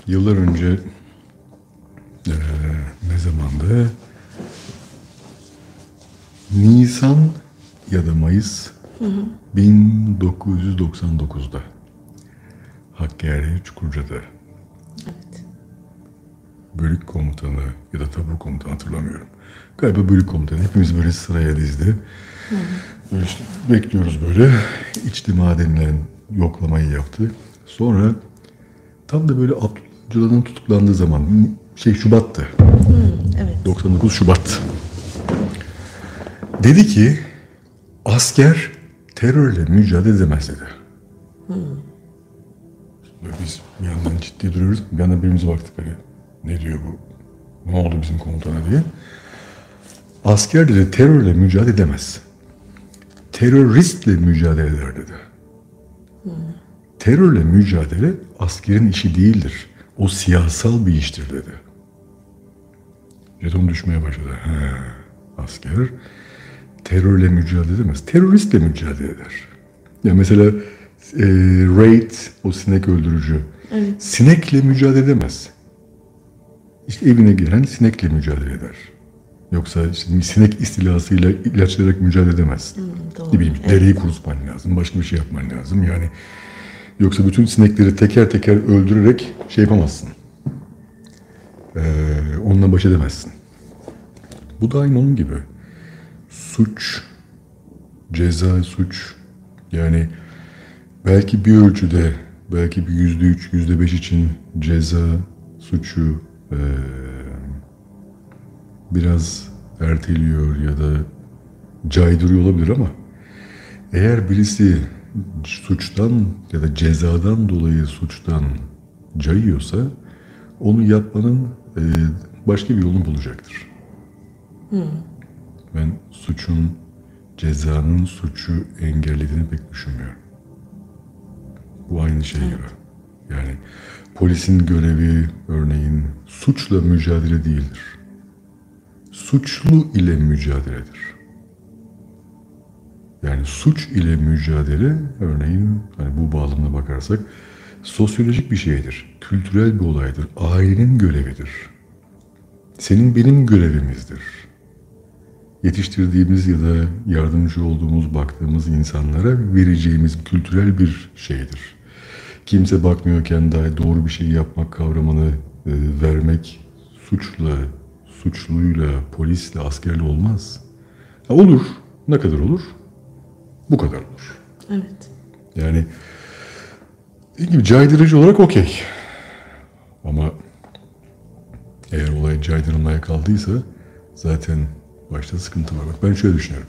Yıllar önce ne zamandı? Nisan ya da Mayıs 1999'da Hakkari Çukurca'da bölük komutanı ya da tabur komutanı hatırlamıyorum. Galiba bölük komutanı. Hepimiz böyle sıraya dizdi. Böyle işte bekliyoruz böyle. İçtima denilen yoklamayı yaptı. Sonra tam da böyle Abdullah Öcalan'ın tutuklandığı zaman Şubat'tı. Evet. 99 Şubat. Dedi ki asker terörle mücadele edemez dedi. Böyle biz bir yandan ciddi duruyoruz. Bir yandan birbirimize baktık böyle. Ne diyor bu? Ne oldu bizim komutana diye. Asker dedi terörle mücadele edemez. Teröristle mücadele eder dedi. Terörle mücadele askerin işi değildir. O siyasal bir iştir dedi. Jeton düşmeye başladı. Asker terörle mücadele edemez. Teröristle mücadele eder. Ya mesela raid, o sinek öldürücü. Evet. Sinekle mücadele edemez. İşte evine giren sinekle mücadele eder. Yoksa işte sinek istilasıyla ilaçlayarak mücadele edemez. Doğru. Ne bileyim, dereyi kurutman lazım, başka bir şey yapman lazım. Yani yoksa bütün sinekleri teker teker öldürerek şey yapamazsın. Onunla baş edemezsin. Bu da aynı onun gibi. Suç, ceza, suç. Yani belki bir ölçüde, belki bir %3, %5 için ceza, suçu biraz erteliyor ya da caydırıyor olabilir ama eğer birisi suçtan ya da cezadan dolayı suçtan cayıyorsa onu yapmanın başka bir yolunu bulacaktır. Ben suçun, cezanın suçu engellediğini pek düşünmüyorum. Bu aynı şey gibi. Yani polisin görevi örneğin suçla mücadele değildir. Suçlu ile mücadeledir. Yani suç ile mücadele örneğin hani bu bağlamına bakarsak sosyolojik bir şeydir. Kültürel bir olaydır. Ailenin görevidir. Senin benim görevimizdir. Yetiştirdiğimiz ya da yardımcı olduğumuz, baktığımız insanlara vereceğimiz kültürel bir şeydir. Kimse bakmıyorken dahi doğru bir şey yapmak kavramını vermek suçla, suçluyla, polisle, askerle olmaz. Olur. Ne kadar olur? Bu kadar olur. Evet. Yani dediğim gibi caydırıcı olarak okey. Ama eğer olay caydırılmaya kaldıysa zaten başta sıkıntı var. Bak ben şöyle düşünüyorum.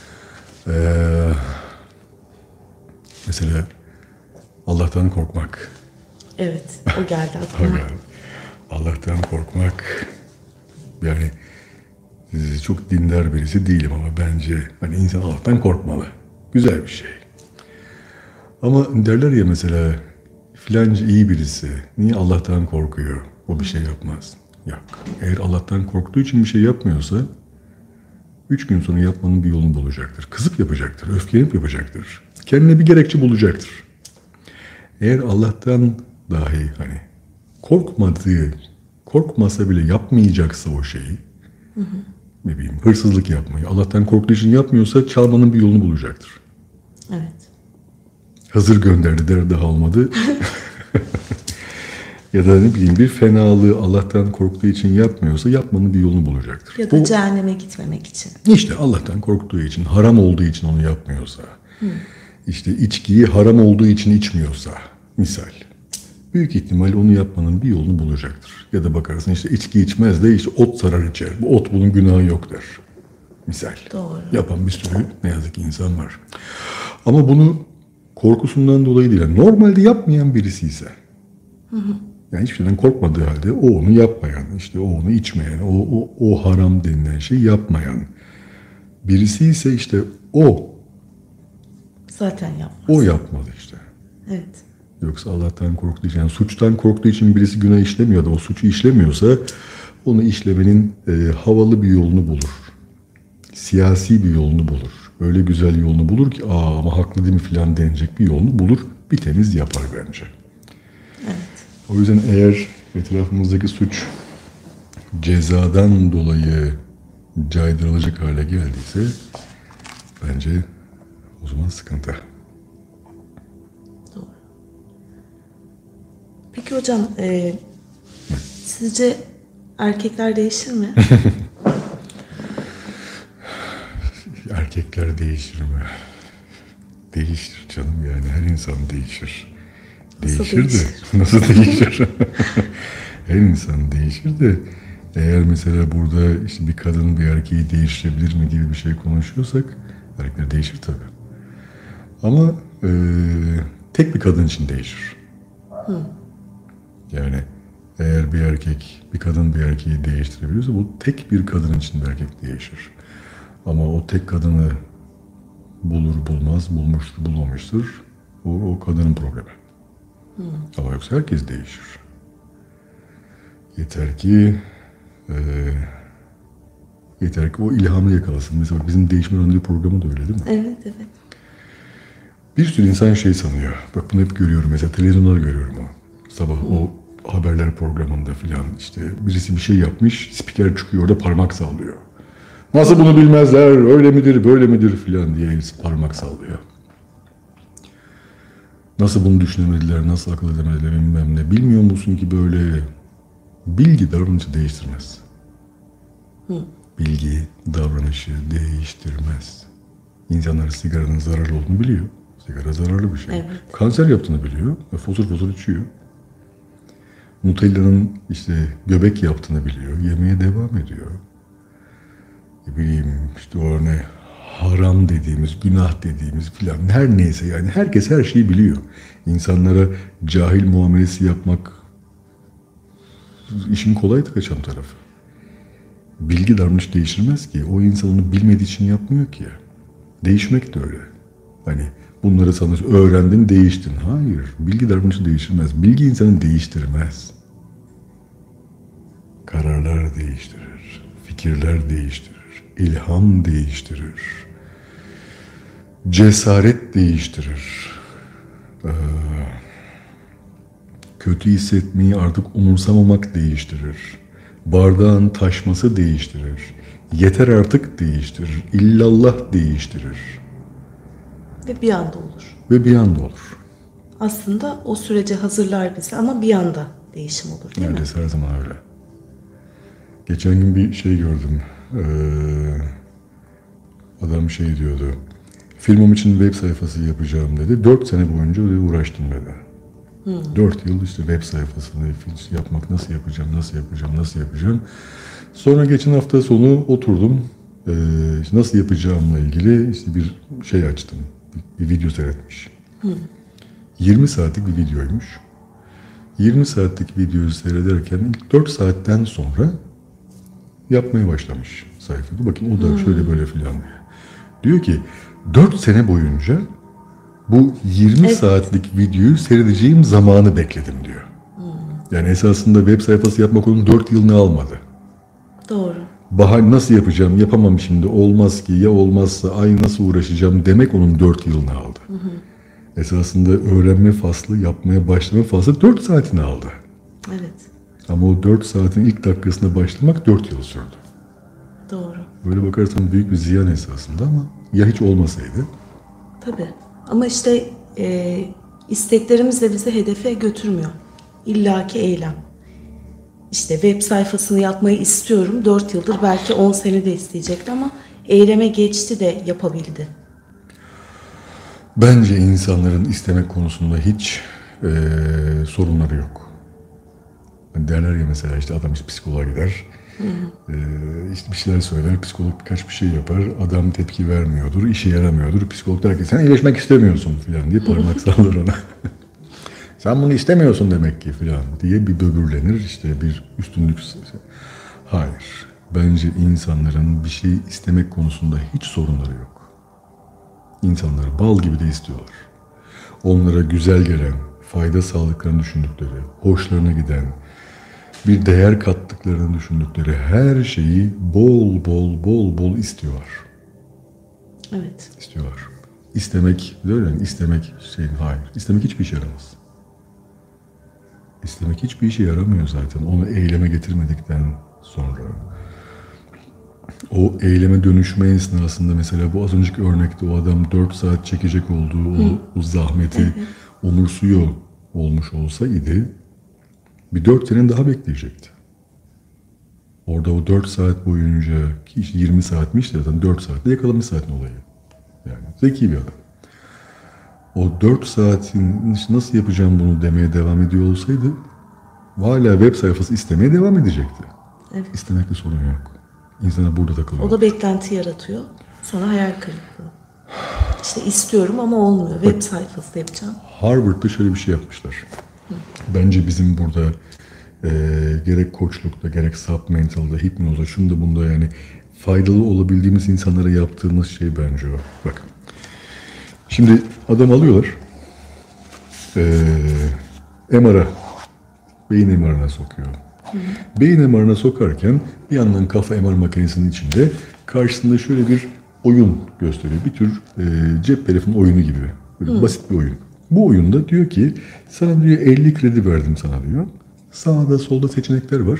Mesela Allah'tan korkmak. Evet. O geldi aklıma. Allah'tan korkmak. Yani çok dindar birisi değilim ama bence hani insan Allah'tan korkmalı. Güzel bir şey. Ama derler ya mesela filanca iyi birisi. Niye Allah'tan korkuyor? O bir şey yapmaz. Yok. Eğer Allah'tan korktuğu için bir şey yapmıyorsa 3 gün sonra yapmanın bir yolunu bulacaktır. Kızıp yapacaktır. Öfkelenip yapacaktır. Kendine bir gerekçe bulacaktır. Eğer Allah'tan dahi hani korkmasa bile yapmayacaksa o şeyi, ne bileyim hırsızlık yapmayı, Allah'tan korktuğu için yapmıyorsa çalmanın bir yolunu bulacaktır. Evet. Hazır gönderdi der daha olmadı. Ya da ne bileyim bir fenalığı Allah'tan korktuğu için yapmıyorsa yapmanın bir yolunu bulacaktır. Ya da cehenneme gitmemek için. İşte Allah'tan korktuğu için, haram olduğu için onu yapmıyorsa, işte içkiyi haram olduğu için içmiyorsa, misal, büyük ihtimal onu yapmanın bir yolunu bulacaktır. Ya da bakarsın işte içki içmez de işte ot zarar içer. Bu ot bunun günahı yok der. Misal. Doğru. Yapan bir sürü ne yazık ki insan var. Ama bunu korkusundan dolayı değil. Yani normalde yapmayan birisi ise, yani hiçbir şeyden korkmadığı halde o onu yapmayan, işte o onu içmeyen, o haram denilen şeyi yapmayan birisi ise işte o Zaten yapmaz. o yapmalı işte. Evet. Yoksa Allah'tan korktuğu için, yani suçtan korktuğu için birisi günah işlemiyor da o suçu işlemiyorsa onu işlemenin havalı bir yolunu bulur. Siyasi bir yolunu bulur. Öyle güzel yolunu bulur ki ama haklı değil mi filan denecek bir yolunu bulur. Bir temiz yapar bence. Evet. O yüzden eğer etrafımızdaki suç cezadan dolayı caydırılacak hale geldiyse bence o zaman sıkıntı. Doğru. Peki hocam, sizce erkekler değişir mi? Erkekler değişir mi? Değişir canım, yani her insan değişir. Nasıl Değişir de nasıl değişir? Her insan değişir de eğer mesela burada işte bir kadın bir erkeği değiştirebilir mi gibi bir şey konuşuyorsak erkekler değişir tabii. Ama tek bir kadın için değişir. Yani eğer bir erkek, bir kadın bir erkeği değiştirebiliyorsa bu tek bir kadın için bir erkek değişir. Ama o tek kadını bulur bulmaz, bulmuştur bulmamıştır. O kadının problemi. Ama yoksa herkes değişir. Yeter ki o ilhamı yakalasın. Mesela bizim Değişme Önderi programı da öyle değil mi? Evet, evet. Bir sürü insan şey sanıyor. Bak bunu hep görüyorum. Mesela televizyonda görüyorum o. Sabah o haberler programında filan işte birisi bir şey yapmış. Spiker çıkıyor orada parmak sallıyor. Nasıl bunu bilmezler, öyle midir, böyle midir filan diye parmak sallıyor. Nasıl bunu düşünemediler, nasıl akıl edemediler bilmem ne. Bilmiyor musun ki böyle bilgi davranışı değiştirmez. Bilgi davranışı değiştirmez. İnsanlar sigaranın zararlı olduğunu biliyor. Sigara zararlı bir şey. Evet. Kanser yaptığını biliyor ve fosur fosur içiyor. Nutella'nın işte göbek yaptığını biliyor. Yemeye devam ediyor. Ne bileyim işte o ne haram dediğimiz, günah dediğimiz filan her neyse yani herkes her şeyi biliyor. İnsanlara cahil muamelesi yapmak işin kolay kaçan tarafı. Bilgi davranış değiştirmez ki. O insan onu bilmediği için yapmıyor ki. Değişmek de öyle. Hani bunları sana öğrendin, değiştin. Hayır. Bilgi davranışı değiştirmez. Bilgi insanı değiştirmez. Kararlar değiştirir. Fikirler değiştirir. İlham değiştirir. Cesaret değiştirir. Kötü hissetmeyi artık umursamamak değiştirir. Bardağın taşması değiştirir. Yeter artık değiştirir. İllallah değiştirir. Ve bir anda olur. Ve bir anda olur. Aslında o sürece hazırlar bizi ama bir anda değişim olur değil mi? Neredeyse her zaman öyle. Geçen gün bir şey gördüm. Adam şey diyordu. Filmim için web sayfası yapacağım dedi. 4 sene boyunca uğraştım dedi. 4 yıl işte web sayfasını yapmak, nasıl yapacağım. Sonra geçen hafta sonu oturdum. İşte nasıl yapacağımla ilgili işte bir şey açtım. Bir video seyretmiş. 20 saatlik bir videoymuş. 20 saatlik videoyu seyrederken ilk 4 saatten sonra yapmaya başlamış sayfada. Bakın o da şöyle böyle filan diyor. Diyor ki 4 sene boyunca bu 20 saatlik videoyu seyredeceğim zamanı bekledim diyor. Yani esasında web sayfası yapmak onun 4 yılını almadı. Doğru. Bahane nasıl yapacağım, yapamam şimdi, olmaz ki, ya olmazsa ay nasıl uğraşacağım demek onun 4 yılını aldı. Esasında öğrenme faslı, yapmaya başlama faslı 4 saatini aldı. Evet. Ama o 4 saatin ilk dakikasında başlamak 4 yıl sürdü. Doğru. Böyle bakarsan büyük bir ziyan esasında ama ya hiç olmasaydı? Tabii. Ama işte isteklerimiz de bizi hedefe götürmüyor. İllaki eylem. İşte web sayfasını yapmayı istiyorum. 4 yıldır belki 10 sene de isteyecekti ama eyleme geçti de yapabildi. Bence insanların istemek konusunda hiç sorunları yok. Hani derler ya mesela işte adam işte psikoloğa gider. İşte bir şeyler söyler, psikolog birkaç bir şey yapar, adam tepki vermiyordur, işe yaramıyordur. Psikolog der ki sen iyileşmek istemiyorsun falan diye parmak sallar ona. Sen bunu istemiyorsun demek ki falan diye bir böbürlenir, işte bir üstünlük. Hayır, bence insanların bir şey istemek konusunda hiç sorunları yok. İnsanlar bal gibi de istiyorlar. Onlara güzel gelen, fayda sağladıklarını düşündükleri, hoşlarına giden, bir değer kattıklarını düşündükleri her şeyi bol bol istiyorlar. Evet. İstiyorlar. İstemek, öyle mi? İstemek hayır. İstemek hiçbir işe yaramaz. İstemek hiçbir işe yaramıyor zaten. Onu eyleme getirmedikten sonra. O eyleme dönüşme esnasında mesela bu az önceki örnekte o adam 4 saat çekecek olduğu o zahmeti umursuyor olmuş olsaydı bir 4 sene daha bekleyecekti. Orada o 4 saat boyunca ki 20 saatmiş zaten 4 saatte yakalamış zaten olayı. Yani zeki bir adam. O 4 saatin nasıl yapacağım bunu demeye devam ediyor olsaydı hala web sayfası istemeye devam edecekti. Evet. İstemekte sorun yok. İnsana burada takılıyor. O da beklenti yaratıyor. Sonra hayal kırıklığı. İşte istiyorum ama olmuyor. Web sayfası yapacağım. Harvard'da şöyle bir şey yapmışlar. Bence bizim burada gerek koçlukta, gerek submental'da, hipnozda, şunda bunda yani faydalı olabildiğimiz insanlara yaptığımız şey bence o. Bak. Şimdi adam alıyorlar. MR'a, beyin MR'ına sokuyor. Beyin MR'ına sokarken bir yandan kafa MR makinesinin içinde karşısında şöyle bir oyun gösteriyor. Bir tür cep telefonu oyunu gibi. Böyle basit bir oyun. Bu oyunda diyor ki sana diyor 50 kredi verdim sana diyor. Sağda solda seçenekler var.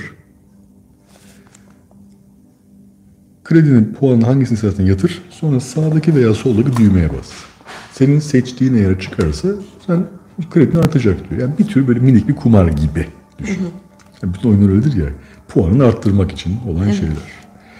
Kredinin puanını hangisini istersen yatır. Sonra sağdaki veya soldaki düğmeye bas. Senin seçtiğin eğer çıkarsa sen kredin artacak diyor. Yani bir tür böyle minik bir kumar gibi düşün. Yani bütün oyunlar öyledir ya. Puanını arttırmak için olan şeyler.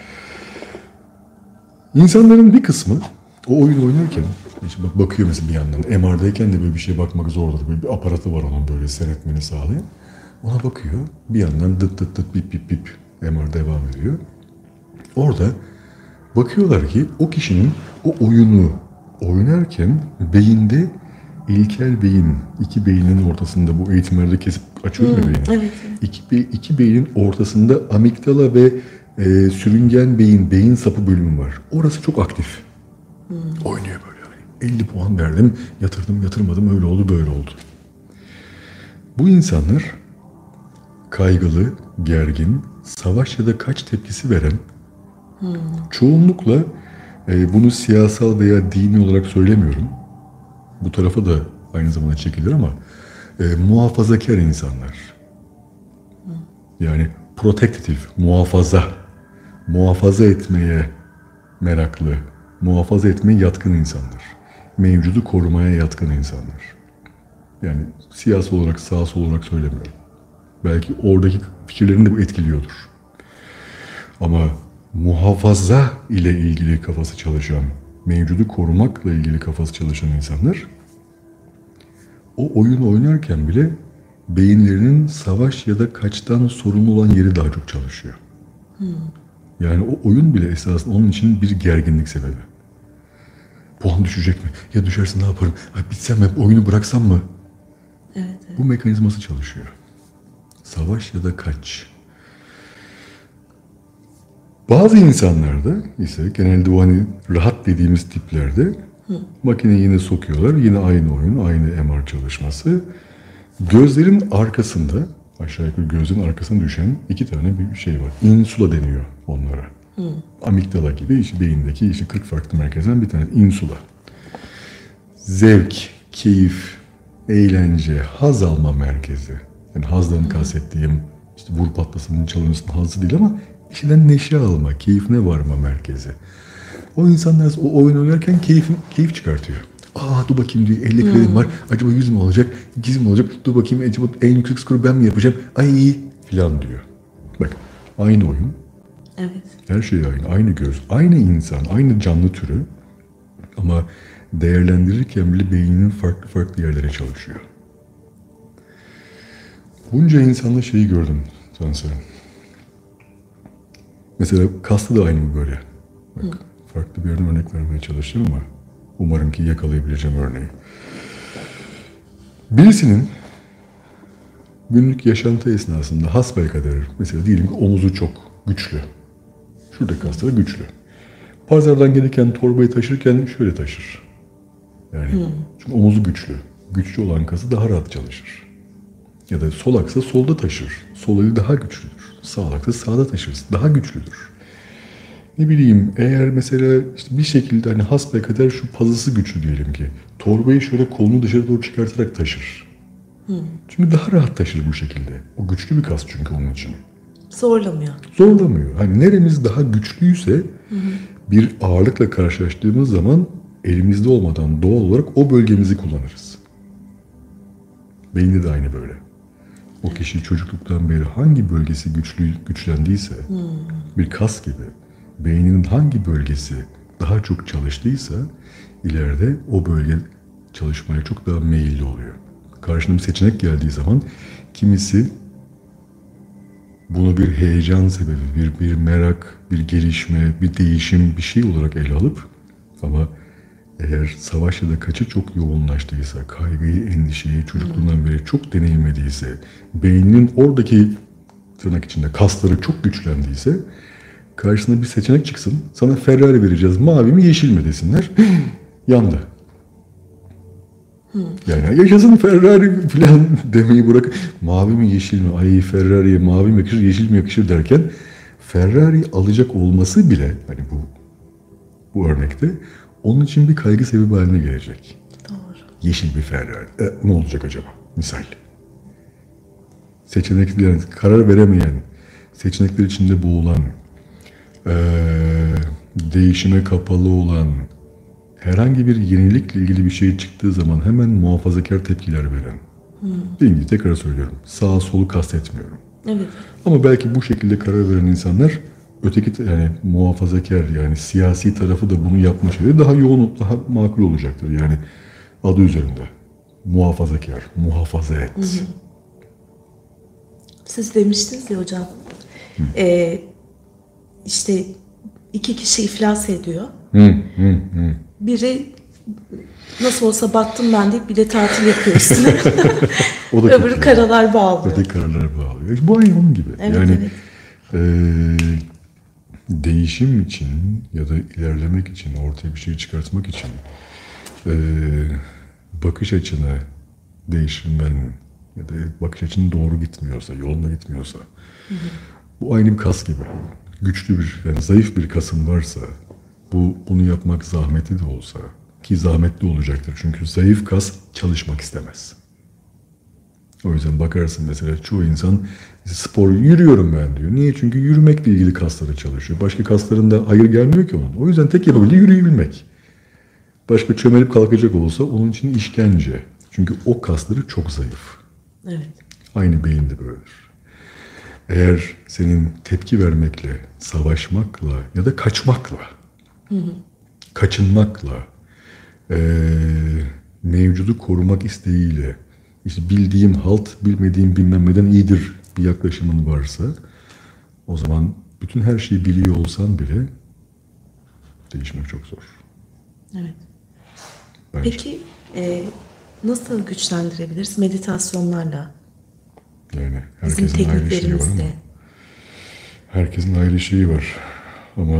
İnsanların bir kısmı o oyun oynarken işte bakıyor mesela bir yandan. MR'dayken de böyle bir şeye bakmak zordur. Böyle bir aparatı var onun böyle seyretmeni sağlayan. Ona bakıyor. Bir yandan dıt dıt dıt bip bip bip MR devam ediyor. Orada bakıyorlar ki o kişinin o oyunu oynarken beyinde ilkel beyin, iki beynin ortasında bu eğitimlerde kesip açıyor ya beyni. Evet. İki beynin ortasında amigdala ve sürüngen beyin, beyin sapı bölümü var. Orası çok aktif. Oynuyor böyle. 50 puan verdim, yatırdım, yatırmadım, öyle oldu, böyle oldu. Bu insanlar kaygılı, gergin, savaş ya da kaç tepkisi veren, çoğunlukla bunu siyasal veya dini olarak söylemiyorum. Bu tarafa da aynı zamanda çekilir ama muhafazakar insanlar. Yani protective, muhafaza etmeye meraklı, muhafaza etmeye yatkın insanlar. Mevcudu korumaya yatkın insanlar. Yani siyasi olarak, sağ sol olarak söylemiyorum. Belki oradaki fikirlerini de bu etkiliyordur. Ama muhafaza ile ilgili kafası çalışan, mevcudu korumakla ilgili kafası çalışan insanlar o oyunu oynarken bile beyinlerinin savaş ya da kaçtan sorumlu olan yeri daha çok çalışıyor. Yani o oyun bile esasında onun için bir gerginlik sebebi. Puan düşecek mi? Ya düşerse ne yaparım? Ay bitsem mi? Oyunu bıraksam mı? Evet. Bu mekanizması çalışıyor. Savaş ya da kaç. Bazı insanlarda ise genelde o hani rahat dediğimiz tiplerde makineyi yine sokuyorlar. Yine aynı oyun, aynı MR çalışması. Gözlerin arkasında, aşağı yukarı gözlerin arkasına düşen iki tane bir şey var. Insula deniyor onlara. Amigdala gibi işte beyindeki işte 40 farklı merkezden bir tane insula. Zevk, keyif, eğlence, haz alma merkezi. Yani hazdan kastettiğim işte vur patlasın, çalınsın hazzı değil ama işinden neşe alma, keyfine varma merkezi. O insanlar o oyun oynarken keyif çıkartıyor. Dur bakayım diyor 50 kredim var. Acaba 100 mü olacak? 200 mü olacak? Dur bakayım acaba en yüksek skoru ben mi yapacağım? Ay iyi filan diyor. Bak aynı oyun. Evet. Her şey aynı. Aynı göz. Aynı insan. Aynı canlı türü. Ama değerlendirirken bile beyninin farklı farklı yerlere çalışıyor. Bunca insanda şeyi gördüm Tansu. Mesela kasta da aynı mı böyle? Bak, farklı bir yerden örnek vermeye çalışacağım ama umarım ki yakalayabileceğim örneği. Birisinin günlük yaşantı esnasında hasbelkader mesela diyelim ki omuzu çok güçlü. Şurada kasları güçlü. Pazardan gelirken torbayı taşırken şöyle taşır. Yani çünkü omuzu güçlü. Güçlü olan kası daha rahat çalışır. Ya da sol aksa solda taşır. Sol eli daha güçlüdür. Sağ aksa sağda taşır. Daha güçlüdür. Ne bileyim eğer mesela işte bir şekilde hani hasbelkader şu pazısı güçlü diyelim ki. Torbayı şöyle kolunu dışarı doğru çıkartarak taşır. Çünkü daha rahat taşır bu şekilde. O güçlü bir kas çünkü onun için. Zorlamıyor. Zorlamıyor. Hani neremiz daha güçlüyse bir ağırlıkla karşılaştığımız zaman elimizde olmadan doğal olarak o bölgemizi kullanırız. Beyinde de aynı böyle. O kişi çocukluktan beri hangi bölgesi güçlendiyse bir kas gibi beyninin hangi bölgesi daha çok çalıştıysa ileride o bölge çalışmaya çok daha meyilli oluyor. Karşına bir seçenek geldiği zaman kimisi bunu bir heyecan sebebi, bir merak, bir gelişme, bir değişim, bir şey olarak ele alıp ama eğer savaş ya da kaçı çok yoğunlaştıysa, kaygıyı, endişeyi çocukluğundan beri çok deneyimlediyse, beyninin oradaki tırnak içinde kasları çok güçlendiyse karşısına bir seçenek çıksın. Sana Ferrari vereceğiz, mavi mi yeşil mi desinler. Yandı. Yani yaşasın Ferrari falan demeyi bırak. Mavi mi yeşil mi? Ay Ferrari'ye mavi mi yakışır, yeşil mi yakışır derken Ferrari alacak olması bile hani bu örnekte onun için bir kaygı sebebi haline gelecek. Doğru. Yeşil bir Ferrari. Ne olacak acaba? Misal. Seçenekler, karar veremeyen, seçenekler içinde boğulan, değişime kapalı olan, herhangi bir yenilikle ilgili bir şey çıktığı zaman hemen muhafazakar tepkiler veren. Dediğim gibi tekrar söylüyorum. Sağa solu kastetmiyorum. Evet. Ama belki bu şekilde karar veren insanlar öteki yani muhafazakar yani siyasi tarafı da bunu yapma şeyleri daha yoğun, daha makul olacaktır. Yani adı üzerinde. Muhafazakar, muhafaza et. Siz demiştiniz ya hocam. İşte 2 kişi iflas ediyor. Biri nasıl olsa battım ben deyip bir de tatil yapıyor üstüne. O da Öbürü karalar bağlıyor. öteki karalar bağlıyor. Bu aynı onun gibi. Evet, yani evet. Değişim için ya da ilerlemek için, ortaya bir şey çıkartmak için bakış açını değiştirmen ya da bakış açın doğru gitmiyorsa, yolunda gitmiyorsa bu aynı bir kas gibi. Güçlü bir, yani zayıf bir kasın varsa bunu yapmak zahmetli de olsa ki zahmetli olacaktır. Çünkü zayıf kas çalışmak istemez. O yüzden bakarsın mesela çoğu insan spor yürüyorum ben diyor. Niye? Çünkü yürümekle ilgili kasları çalışıyor. Başka kaslarında hayır gelmiyor ki onun. O yüzden tek yapabildiği yürüyebilmek. Başka çömelip kalkacak olsa onun için işkence. Çünkü o kasları çok zayıf. Evet. Aynı beyinde böyledir. Eğer senin tepki vermekle, savaşmakla ya da kaçmakla, kaçınmakla, mevcudu korumak isteğiyle, işte bildiğim halt, bilmediğim bilmem neden iyidir bir yaklaşımın varsa, o zaman bütün her şeyi biliyor olsan bile değişmek çok zor. Evet. Bence. Peki nasıl güçlendirebiliriz? Meditasyonlarla. Yani Bizim herkesin ayrı şeyi var ama. tekniklerimizle. Herkesin ayrı şeyi var. Ama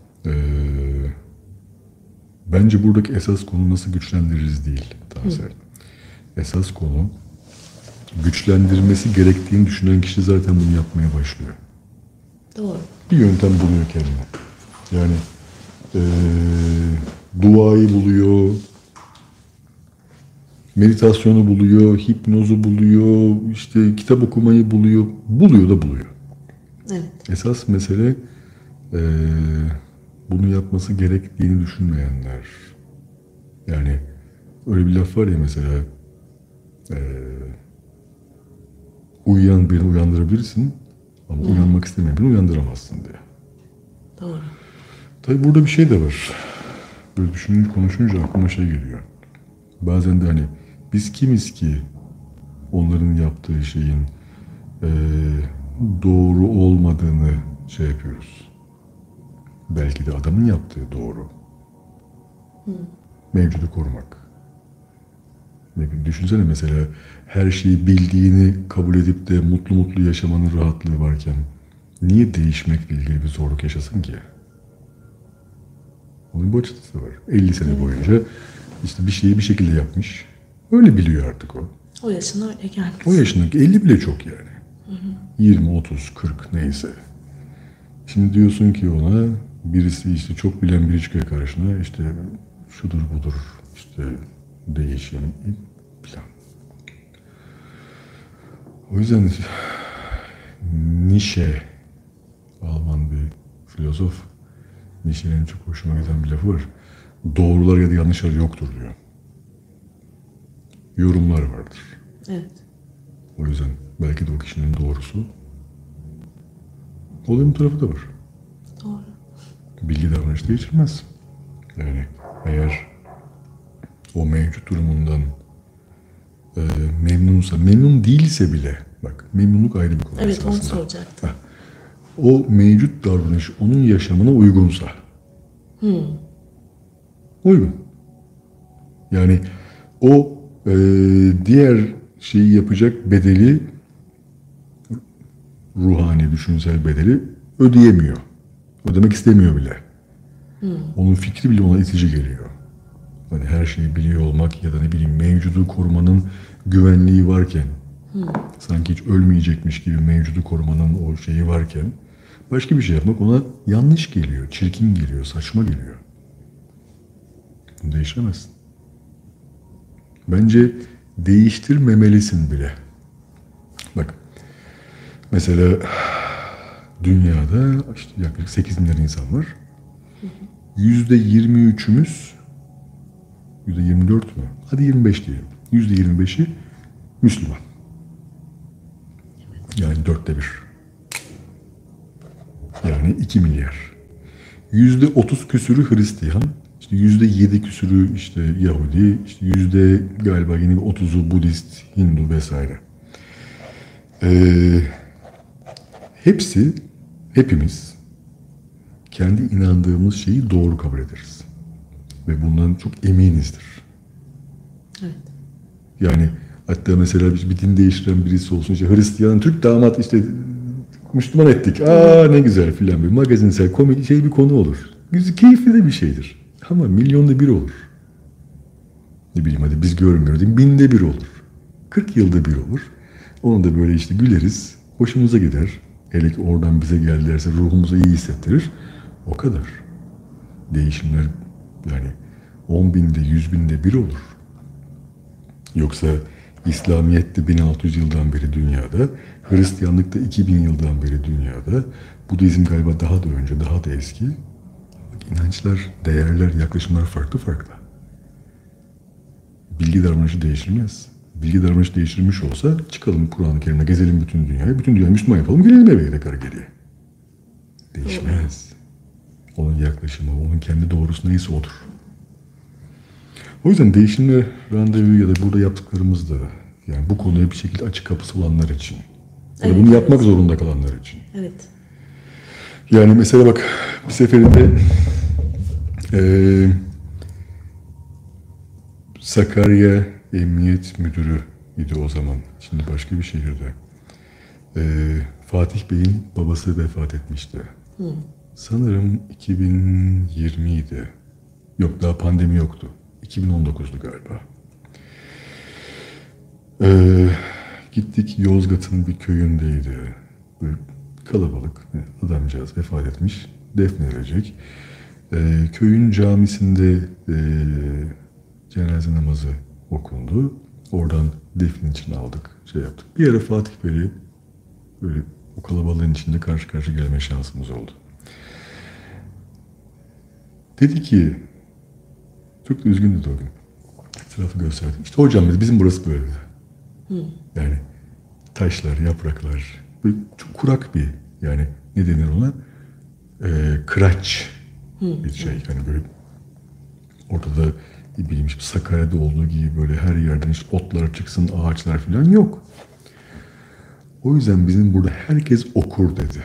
bence buradaki esas konu nasıl güçlendiririz değil. Tansel. Esas konu güçlendirmesi gerektiğini düşünen kişi zaten bunu yapmaya başlıyor. Doğru. Bir yöntem buluyor kendine. Yani duayı buluyor, meditasyonu buluyor, hipnozu buluyor, işte kitap okumayı buluyor. Buluyor da buluyor. Evet. Esas mesele bunu yapması gerektiğini düşünmeyenler. Yani öyle bir laf var ya mesela uyuyan birini uyandırabilirsin ama uyanmak istemeyen birini uyandıramazsın diye. Doğru. Tabii burada bir şey de var. Böyle konuşunca aklıma şey geliyor. Bazen de hani biz kimiz ki onların yaptığı şeyin doğru olmadığını şey yapıyoruz. Belki de adamın yaptığı doğru. Mevcudu korumak. Ne bileyim, düşünsene mesela her şeyi bildiğini kabul edip de mutlu mutlu yaşamanın rahatlığı varken niye değişmekle ilgili bir zorluk yaşasın ki? Onun bu açısı da var. 50 sene boyunca işte bir şeyi bir şekilde yapmış. Öyle biliyor artık o. O yaşına öyle gelmiş. O yaşındaki 50 bile çok yani. 20, 30, 40 neyse. Şimdi diyorsun ki ona birisi işte çok bilen bir çıkıyor karşına işte şudur budur işte değişim plan. O yüzden Nietzsche, Alman bir filozof, Nietzsche'nin çok hoşuma giden bir lafı var. Doğrular ya da yanlışlar yoktur diyor. Yorumlar vardır. Evet. O yüzden belki de o kişinin doğrusu olumlu tarafı da var. Doğru. Bilgi davranış değiştirmez. Yani eğer o mevcut durumundan memnunsa, memnun değilse bile, bak memnunluk ayrı bir konu. Evet, aslında. onu soracaktım. O mevcut davranış onun yaşamına uygunsa. Uygun. Yani o diğer şeyi yapacak bedeli, ruhani, düşünsel bedeli ödeyemiyor. Ödemek istemiyor bile. Onun fikri bile ona itici geliyor. Hani her şeyi biliyor olmak ya da ne bileyim mevcudu korumanın güvenliği varken, sanki hiç ölmeyecekmiş gibi mevcudu korumanın o şeyi varken başka bir şey yapmak ona yanlış geliyor, çirkin geliyor, saçma geliyor. Bunu değiştiremezsin. Bence değiştirmemelisin bile. Bak, mesela dünyada işte yaklaşık 8 milyar insan var. %23'ümüz, %24 mü? Hadi 25 diyelim. %25'i Müslüman. Yani 1/4. Yani 2 milyar. %30 küsürü Hristiyan. İşte %7 küsürü işte Yahudi. İşte galiba yine 30'u Budist, Hindu vesaire. Hepimiz kendi inandığımız şeyi doğru kabul ederiz. Ve bundan çok eminizdir. Evet. Yani hatta mesela bir din değiştiren birisi olsun, işte Hristiyan, Türk damat işte Müslüman ettik. Aa ne güzel filan, bir magazinsel, komik bir konu olur. Keyifli de bir şeydir. Ama milyonda bir olur. Ne bileyim hadi biz görmüyoruz. 1000'de bir olur. 40 yılda bir olur. Onu da böyle işte güleriz. Hoşumuza gider. Hele ki oradan bize geldilerse ruhumuzu iyi hissettirir. O kadar. Değişimler yani 10.000'de 100.000'de bir olur. Yoksa İslamiyet'te 1600 yıldan beri dünyada, Hristiyanlıkta 2000 yıldan beri dünyada, Budizm galiba daha da önce, daha da eski. İnançlar, değerler, yaklaşımlar farklı. Bilgi davranışı değiştirmez. Bilgi davranışı değiştirmiş olsa çıkalım Kur'an-ı Kerim'e, gezelim bütün dünyayı, bütün dünyayı Müslüman yapalım, gelelim eve tekrar geriye. Değişmez. Onun yaklaşımı, onun kendi doğrusu neyse odur. O yüzden değişimle randevu ya da burada yaptıklarımız da, yani bu konuya bir şekilde açık kapısı olanlar için, ya da bunu yapmak zorunda kalanlar için. Evet. Yani mesela bak, bir seferinde Sakarya Emniyet Müdürü idi o zaman. Şimdi başka bir şehirde. Fatih Bey'in babası vefat etmişti. Sanırım 2020 idi. Yok, daha pandemi yoktu. 2019'du galiba. Gittik, Yozgat'ın bir köyündeydi. Böyle kalabalık. Adamcağız vefat etmiş. Defnedilecek. Köyün camisinde cenaze namazı okundu. Oradan defin için aldık. Yaptık. Bir ara Fatih Bey'le böyle o kalabalığın içinde karşı karşıya gelme şansımız oldu. Dedi ki, çok da üzgündü o gün. Etrafı gösterdi. İşte hocam dedi, bizim burası böyle. Yani taşlar, yapraklar, böyle çok kurak bir, yani ne denir ona? Kıraç bir şey. Yani böyle ortada ne bileyim işte Sakarya'da olduğu gibi böyle her yerden işte otlar çıksın, ağaçlar falan yok. O yüzden bizim burada herkes okur dedi.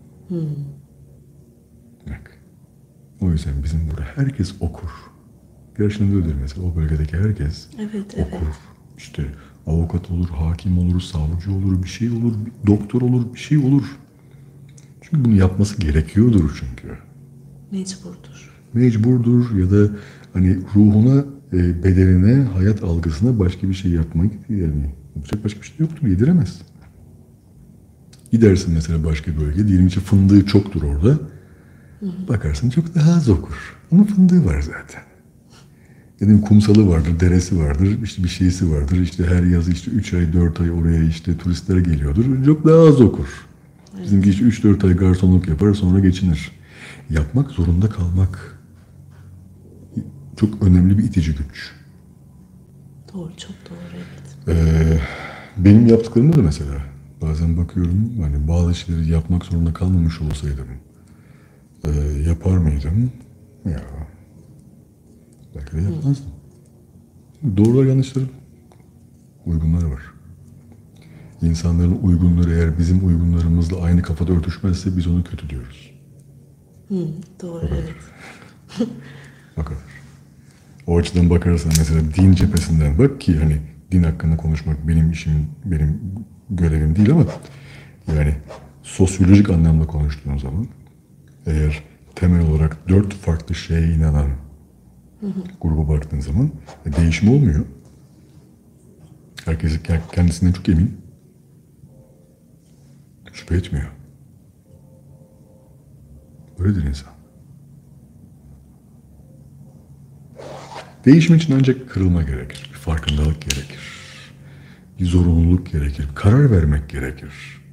Bak. O yüzden bizim burada herkes okur. Gerçekten öyledir mesela. O bölgedeki herkes okur. İşte avukat olur, hakim olur, savcı olur, bir şey olur, doktor olur, bir şey olur. Çünkü bunu yapması gerekiyordur çünkü. Mecburdur ya da hani ruhuna, bedenine, hayat algısına başka bir şey yapmak, yani yapacak başka bir şey yoktur, yediremez. Gidersin mesela başka bir bölge, diyelim ki fındığı çoktur orada. Bakarsın çok daha az okur. Ama fındığı var zaten. Dedim kumsalı vardır, deresi vardır, işte bir şeysi vardır. İşte her yaz işte 3 ay, 4 ay oraya işte turistler geliyordur. Çok daha az okur. Bizimki işte 3-4 ay garsonluk yapar, sonra geçinir. Yapmak zorunda kalmak çok önemli bir itici güç. Doğru, çok doğru, evet. Benim yaptıklarımda da mesela bazen bakıyorum, hani bazı şeyleri yapmak zorunda kalmamış olsaydım yapar mıydım? Ya belki de yapmazdım. Doğrular yanlışları, uygunları var. İnsanların uygunları eğer bizim uygunlarımızla aynı kafada örtüşmezse biz onu kötü diyoruz. Doğru, evet. O kadar. O açıdan bakarsan mesela din cephesinden bak ki hani din hakkında konuşmak benim işim, benim görevim değil ama yani sosyolojik anlamda konuştuğun zaman eğer temel olarak 4 farklı şeye inanan gruba baktığın zaman değişim olmuyor. Herkes kendisinden çok emin. Şüphe etmiyor. Böyledir insan. Değişim için ancak kırılma gerekir. Bir farkındalık gerekir. Bir zorunluluk gerekir. Karar vermek gerekir.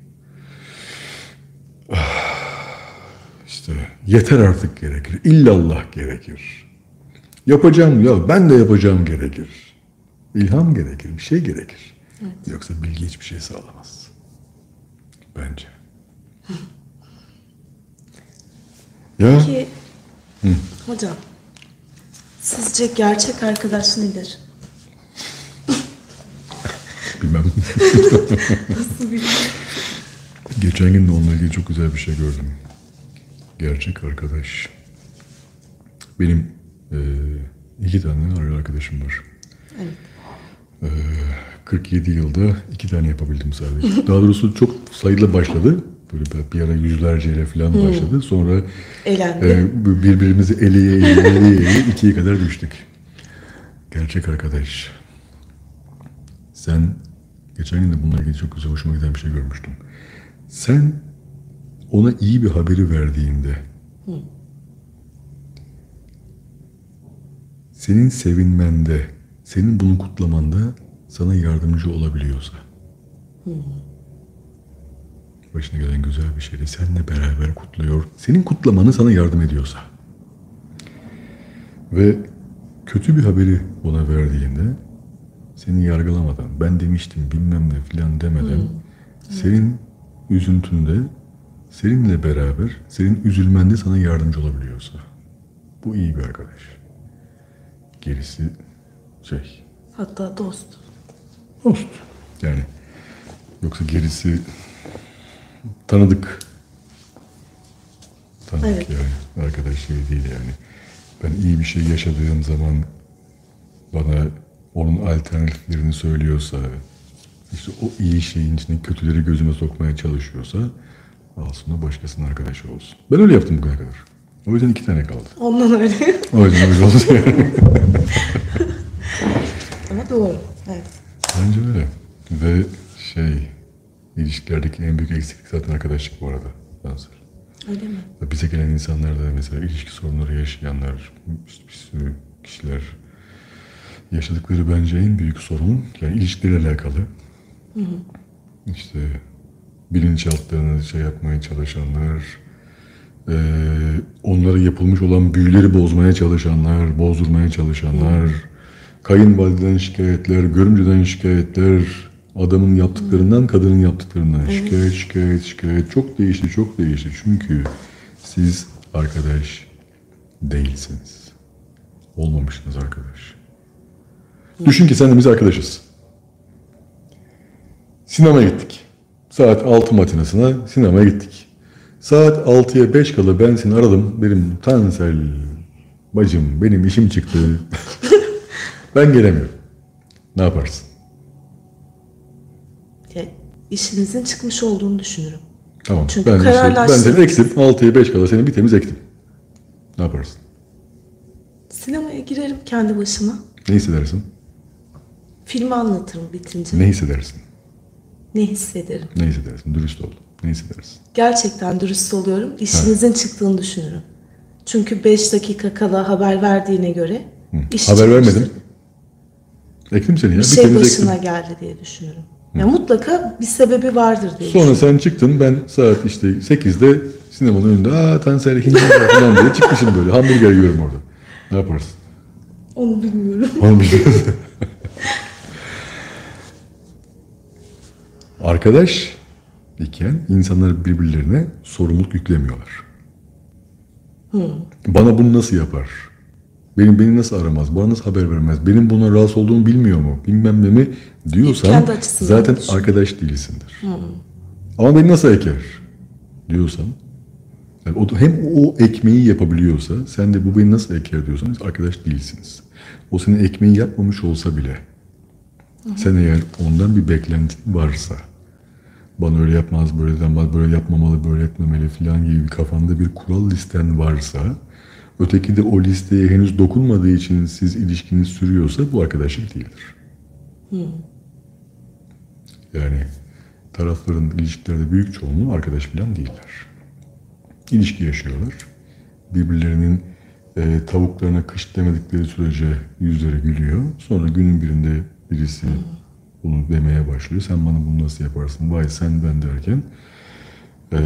İşte yeter artık gerekir. İllallah gerekir. Yapacağım ya ben de yapacağım gerekir. İlham gerekir. Bir şey gerekir. Evet. Yoksa bilgi hiçbir şey sağlamaz. Bence. Ya Peki, hocam, sizce gerçek arkadaş nedir? bilmem. Nasıl bilmiyorum. Geçen gün de onunla ilgili çok güzel bir şey gördüm. Gerçek arkadaş. Benim 2 tane arkadaşım var. Evet. 47 yılda 2 tane yapabildim sadece. Daha doğrusu çok sayılı başladı. Böyle bir ara yüzlerceyle falan başladı. Sonra Elendi. birbirimizi eleye 2'ye kadar düştük. Gerçek arkadaş. Sen geçen gün de bununla ilgili çok güzel hoşuma giden bir şey görmüştüm. Sen ona iyi bir haberi verdiğinde senin sevinmende, senin bunu kutlamanda sana yardımcı olabiliyorsa başına gelen güzel bir şeyle seninle beraber kutluyor, senin kutlamanı sana yardım ediyorsa ve kötü bir haberi ona verdiğinde seni yargılamadan, ben demiştim bilmem ne filan demeden senin üzüntünde seninle beraber, senin üzülmende sana yardımcı olabiliyorsa bu iyi bir arkadaş. Gerisi Hatta dost. dost. Yani yoksa gerisi tanıdık. Tanıdık Evet. yani. Arkadaş şey değil yani. Ben iyi bir şey yaşadığım zaman bana onun alternatiflerini söylüyorsa, işte o iyi şeyin içine kötüleri gözüme sokmaya çalışıyorsa aslında başkasının arkadaşı olsun. Ben öyle yaptım bugüne kadar. O yüzden 2 tane kaldı. Ondan öyle. O yüzden öyle oldu yani. Ama doğru. Evet. Bence öyle. Ve ilişkilerdeki en büyük eksiklik zaten arkadaşlık bu arada. Benzer. Öyle mi? Bize gelen insanlar da mesela ilişki sorunları yaşayanlar, işte bir sürü kişiler yaşadıkları bence en büyük sorun yani ilişkilerle alakalı. İşte bilinçaltlarını yapmaya çalışanlar, onlara yapılmış olan büyüleri bozmaya çalışanlar, bozdurmaya çalışanlar, kayınvalideden şikayetler, görümceden şikayetler, adamın yaptıklarından, kadının yaptıklarından şikayet. Çok değişti. Çünkü siz arkadaş değilsiniz. Olmamışsınız arkadaş. Düşün ki sen de biz arkadaşız. Sinemaya gittik. Saat 6 matinasına sinemaya gittik. Saat 6'ya 5 kala ben seni aradım. Benim Tansel bacım benim işim çıktı. Ben gelemiyorum. Ne yaparsın? Ya, işinizin çıkmış olduğunu düşünürüm. Tamam. Çünkü Ben seni kararlaştınız. ektim. 6'ya 5 kala seni bir temiz ektim. Ne yaparsın? Sinemaya girerim kendi başıma. Ne hissedersin? Filmi anlatırım bitince. Ne hissedersin? Ne hissederim? Ne hissedersin? Dürüst ol. Ne hissedersin? Gerçekten dürüst oluyorum. İşinizin çıktığını düşünürüm. Çünkü 5 dakika kala haber verdiğine göre İş Haber çıkmıştır. vermedim. Ektim seni ya. Bir Bir şey temiz başına ektim. geldi diye düşünüyorum. Ya mutlaka bir sebebi vardır diye Sonra düşünüyorum. sen çıktın, ben saat işte 8'de sinemanın önünde Tansel ikinci falan diye çıkmışım böyle. Hamburger yiyorum orada. Ne yaparsın? Onu bilmiyorum. Onu bilmiyorum. Arkadaş iken insanlar birbirlerine sorumluluk yüklemiyorlar. Bana bunu nasıl yapar? Beni nasıl aramaz? Bana nasıl haber vermez? Benim buna rahatsız olduğumu bilmiyor mu? Bilmem ne mi diyorsan Kendi açısından zaten düşün. arkadaş değilsindir. Ama beni nasıl eker diyorsan, yani hem o ekmeği yapabiliyorsa, sen de bu beni nasıl eker diyorsan arkadaş değilsiniz. O senin ekmeği yapmamış olsa bile, sen eğer ondan bir beklentin varsa, bana öyle yapmaz, böyle demez, böyle yapmamalı, böyle etmemeli falan gibi bir kafanda bir kural listen varsa, öteki de o listeye henüz dokunmadığı için siz ilişkiniz sürüyorsa bu arkadaşlık değildir. Yani tarafların ilişkilerde büyük çoğunluğu arkadaş falan değiller. İlişki yaşıyorlar. Birbirlerinin tavuklarına kış demedikleri sürece yüzleri gülüyor. Sonra günün birinde birisi bunu demeye başlıyor. Sen bana bunu nasıl yaparsın? Vay sen ben derken e,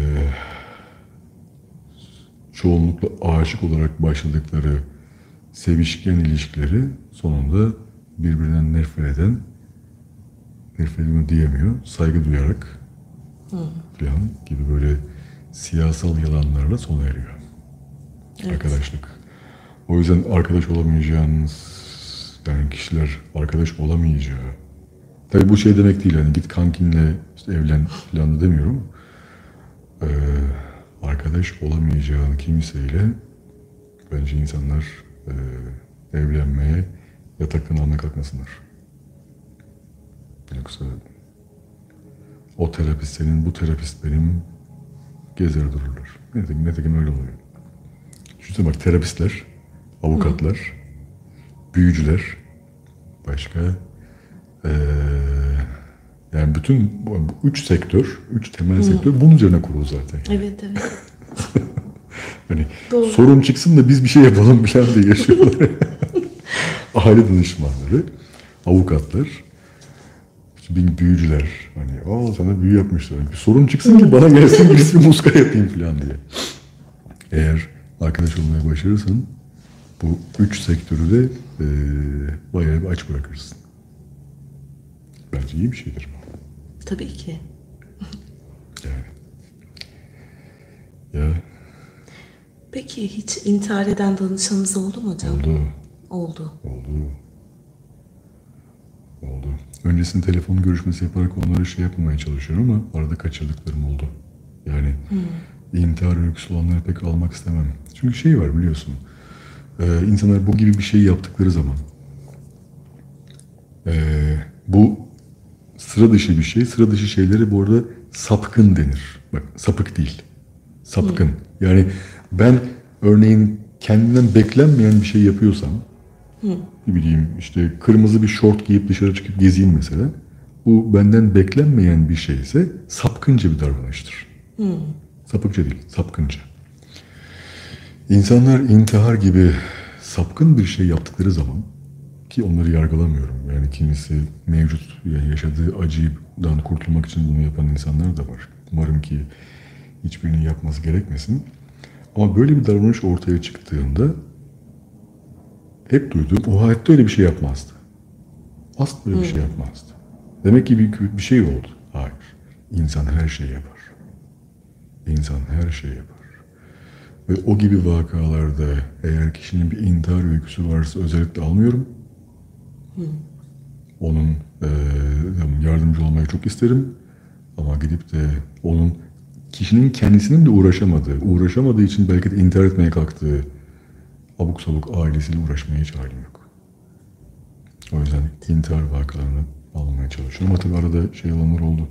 çoğunlukla aşık olarak başladıkları sevişken ilişkileri sonunda birbirinden nefret ediyor diyemiyor, saygı duyarak falan gibi böyle siyasal yalanlarla sona eriyor. Evet. Arkadaşlık. O yüzden arkadaş olamayacağınız, yani kişiler arkadaş olamayacağı. Tabii bu şey demek değil, hani git kankinle işte evlen falan da demiyorum. Arkadaş olamayacağın kimseyle bence insanlar evlenmeye, yataktan almaya kalkmasınlar. Yoksa o terapist senin, bu terapist benim, gezer dururlar. Nitekim öyle oluyor. Düşünsene bak, terapistler, avukatlar, büyücüler, başka yani bütün bu üç sektör, üç temel sektör bunun üzerine kurulu zaten. Evet, evet. Hani Doğru. sorun çıksın da biz bir şey yapalım falan diye yaşıyorlar. Aile danışmanları, avukatlar, işte büyücüler. Hani sana büyü yapmışlar. Bir sorun çıksın ki bana gelsin birisi bir muska yapayım falan diye. Eğer arkadaş olmaya başarırsan bu üç sektörü de bayağı bir aç bırakırsın. Bence iyi bir şeydir bu. Tabii ki. Yani. Ya Peki hiç intihar eden danışanınız oldu mu hocam? oldu. Oldu. Oldu. Öncesinde telefon görüşmesi yaparak onlara şey yapmamaya çalışıyorum ama arada kaçırdıklarım oldu. Yani intihar öyküsü olanları pek almak istemem. Çünkü şey var biliyorsun. İnsanlar bu gibi bir şey yaptıkları zaman bu sıra dışı bir şey. Sıra dışı şeylere bu arada sapkın denir. Bak, sapık değil. Sapkın. Yani ben örneğin kendinden beklenmeyen bir şey yapıyorsam, ne bileyim işte kırmızı bir şort giyip dışarı çıkıp gezeyim mesela. Bu benden beklenmeyen bir şeyse sapkınca bir davranıştır. Sapıkça değil, sapkınca. İnsanlar intihar gibi sapkın bir şey yaptıkları zaman, ki onları yargılamıyorum. Yani kimisi mevcut yani yaşadığı acıdan kurtulmak için bunu yapan insanlar da var. Umarım ki hiçbirinin yapması gerekmesin. Ama böyle bir davranış ortaya çıktığında hep duyduğum, o hayatta öyle bir şey yapmazdı. Asla öyle bir şey yapmazdı. Demek ki bir şey oldu. Hayır. İnsan her şeyi yapar. İnsan her şeyi yapar. Ve o gibi vakalarda eğer kişinin bir intihar öyküsü varsa özellikle almıyorum. Onun yardımcı olmayı çok isterim. Ama gidip de onun kişinin kendisinin de uğraşamadığı için belki de intihar etmeye kalktığı abuk sabuk ailesiyle uğraşmaya hiç halim yok. O yüzden intihar vakalarını almaya çalışıyorum. Ama tabii arada şey olanlar oldu.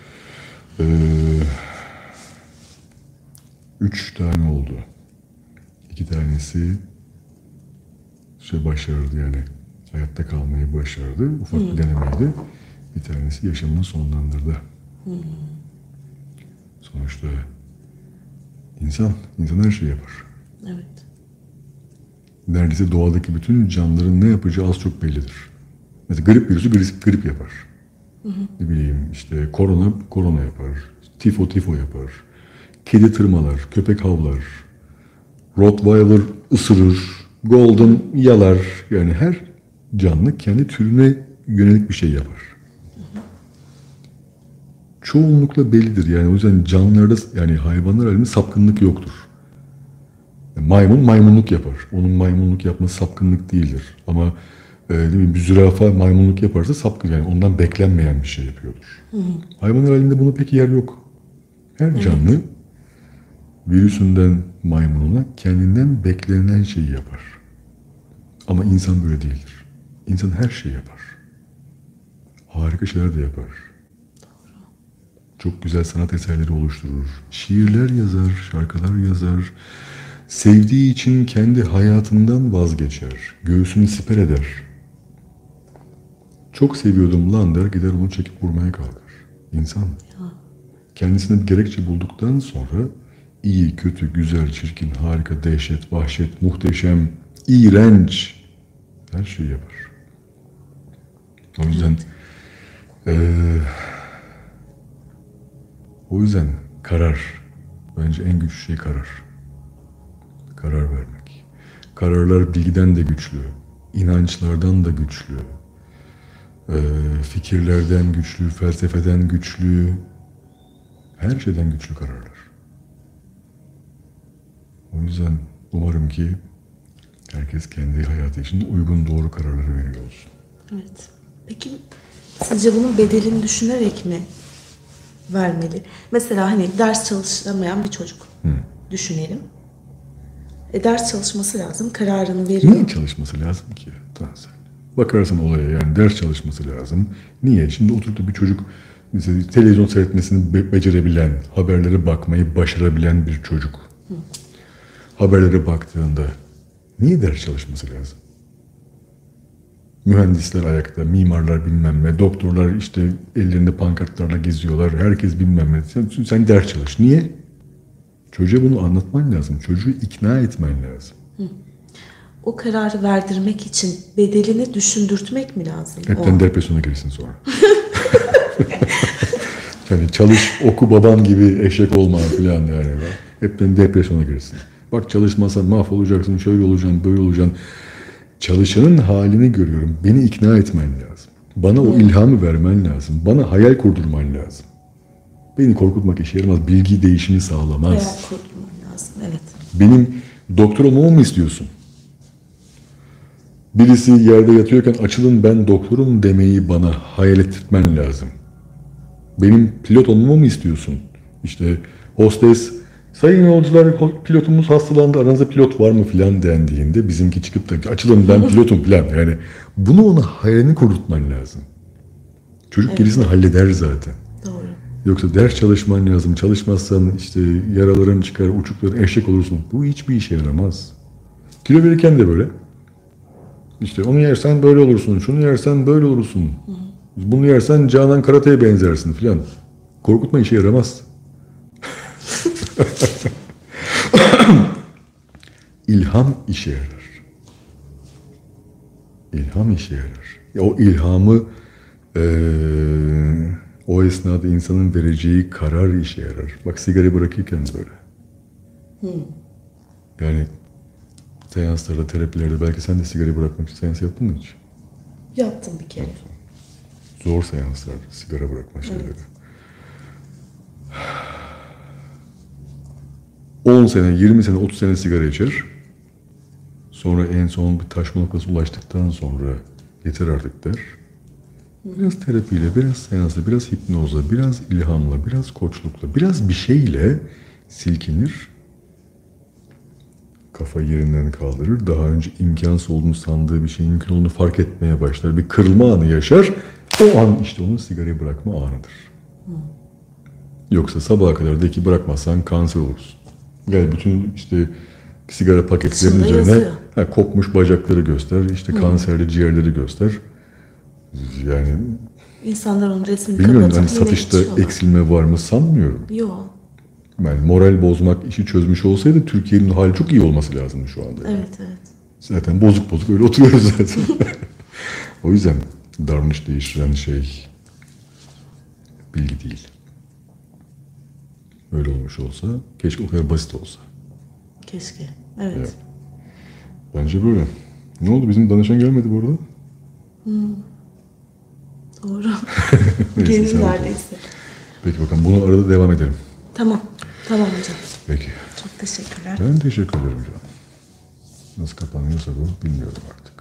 3 tane oldu. 2 tanesi başardı yani. Hayatta kalmayı başardı. Ufak bir denemeydi. Bir tanesi yaşamını sonlandırdı. Sonuçta insan her şeyi yapar. Evet. neredeyse doğadaki bütün canlıların ne yapacağı az çok bellidir. Mesela grip virüsü grip yapar. Ne bileyim işte korona yapar. Tifo yapar. Kedi tırmalar, köpek havlar. Rottweiler ısırır. Golden yalar. Yani her canlı kendi türüne yönelik bir şey yapar. Çoğunlukla bellidir. Yani o yüzden canlılarda, yani hayvanlar aleminde sapkınlık yoktur. Maymun maymunluk yapar. Onun maymunluk yapması sapkınlık değildir. Ama değil mi, bir zürafa maymunluk yaparsa sapkın, yani ondan beklenmeyen bir şey yapıyordur. Hayvanlar aleminde bunun pek yer yok. Her canlı virüsünden maymununa kendinden beklenen şeyi yapar. Ama insan böyle değildir. İnsan her şeyi yapar. Harika şeyler de yapar. Çok güzel sanat eserleri oluşturur. Şiirler yazar, şarkılar yazar. Sevdiği için kendi hayatından vazgeçer. Göğsünü siper eder. Çok seviyordum lan der, gider onu çekip vurmaya kalkar. İnsan. Kendisine bir gerekçe bulduktan sonra iyi, kötü, güzel, çirkin, harika, dehşet, vahşet, muhteşem, iğrenç her şeyi yapar. O yüzden karar. Bence en güçlü şey karar. Karar vermek. Kararlar bilgiden de güçlü. İnançlardan da güçlü. Fikirlerden güçlü, felsefeden güçlü. Her şeyden güçlü kararlar. O yüzden umarım ki herkes kendi hayatı için uygun doğru kararları veriyor olsun. Evet. Peki sizce bunun bedelini düşünerek mi vermeli? Mesela hani ders çalışamayan bir çocuk düşünelim. Ders çalışması lazım, kararını veriyor. Niye çalışması lazım ki? Sen bakarsın olaya, yani ders çalışması lazım. Niye? Şimdi oturup da bir çocuk mesela televizyon seyretmesini becerebilen, haberlere bakmayı başarabilen bir çocuk. Haberlere baktığında niye ders çalışması lazım? Mühendisler ayakta, mimarlar bilmem ne, doktorlar işte ellerinde pankartlarla geziyorlar, herkes bilmem ne. Sen ders çalış. Niye? Çocuğa bunu anlatman lazım. Çocuğu ikna etmen lazım. O kararı verdirmek için bedelini düşündürtmek mi lazım? Hepten depresyona girsin sonra. Yani çalış, oku babam gibi eşek olma falan yani. Hepten depresyona girsin. Bak çalışmazsan mahvolacaksın, şöyle olacaksın, böyle olacaksın. Çalışanın halini görüyorum. Beni ikna etmen lazım. Bana o ilhamı vermen lazım. Bana hayal kurdurman lazım. Beni korkutmak işe yaramaz. Bilgi değişimi sağlamaz. Hayal kurdurman lazım, evet. Benim doktor olmamı mı istiyorsun? Birisi yerde yatıyorken açılın ben doktorum demeyi bana hayal ettirmen lazım. Benim pilot olmamı mı istiyorsun? İşte hostes, sayın yolcular pilotumuz hastalandı, aranızda pilot var mı filan dendiğinde bizimki çıkıp da açılın ben pilotum filan. Yani bunu ona hayalini kurdurtman lazım. Çocuk gerisini halleder zaten. Doğru. Yoksa ders çalışman lazım. Çalışmazsan işte yaraların çıkar, uçukların eşek olursun. Bu hiçbir işe yaramaz. Kilo verirken de böyle. İşte onu yersen böyle olursun, şunu yersen böyle olursun. Bunu yersen Canan Karate'ye benzersin filan. Korkutma işe yaramaz. İlham işe yarar. İlham işe yarar. O ilhamı o esnada insanın vereceği karar işe yarar. Bak sigara bırakırken böyle. Yani seanslarda, terapilerde belki sen de sigara bırakmak için seans yaptın mı hiç? Yaptım bir kere. Zor seanslar, sigara bırakma şeyleri. Evet. 10 sene, 20 sene, 30 sene sigara içer. Sonra en son bir taşma noktasına ulaştıktan sonra yeter artık der. Biraz terapiyle, biraz seansla, biraz hipnozla, biraz ilhamla, biraz koçlukla, biraz bir şeyle silkinir. Kafa yerinden kaldırır. Daha önce imkansız olduğunu sandığı bir şeyin mümkün olduğunu fark etmeye başlar. Bir kırılma anı yaşar. O an işte onun sigarayı bırakma anıdır. Yoksa sabaha kadar de ki bırakmazsan kanser olursun. Yani bütün işte sigara paketlerinin üzerine kopmuş bacakları göster, işte kanserli ciğerleri göster. Yani İnsanlar onun resmini bilmiyorum, kapatıp hani satışta eksilme var mı sanmıyorum. Yok. Yani moral bozmak işi çözmüş olsaydı Türkiye'nin hali çok iyi olması lazımdı şu anda. Yani. Evet, evet. Zaten bozuk bozuk öyle oturuyoruz zaten. O yüzden davranış değiştiren şey bilgi değil. Öyle olmuş olsa, keşke o kadar basit olsa. Keşke. Evet. Evet. Bence böyle. Ne oldu? Bizim danışan gelmedi bu arada. Doğru. Neyse, Gelir sen neredeyse. Peki bakalım, bunu arada devam edelim. Tamam. Tamam hocam. Peki. Çok teşekkürler. Ben teşekkür ederim canım. Nasıl kapanıyorsa bu bilmiyorum artık.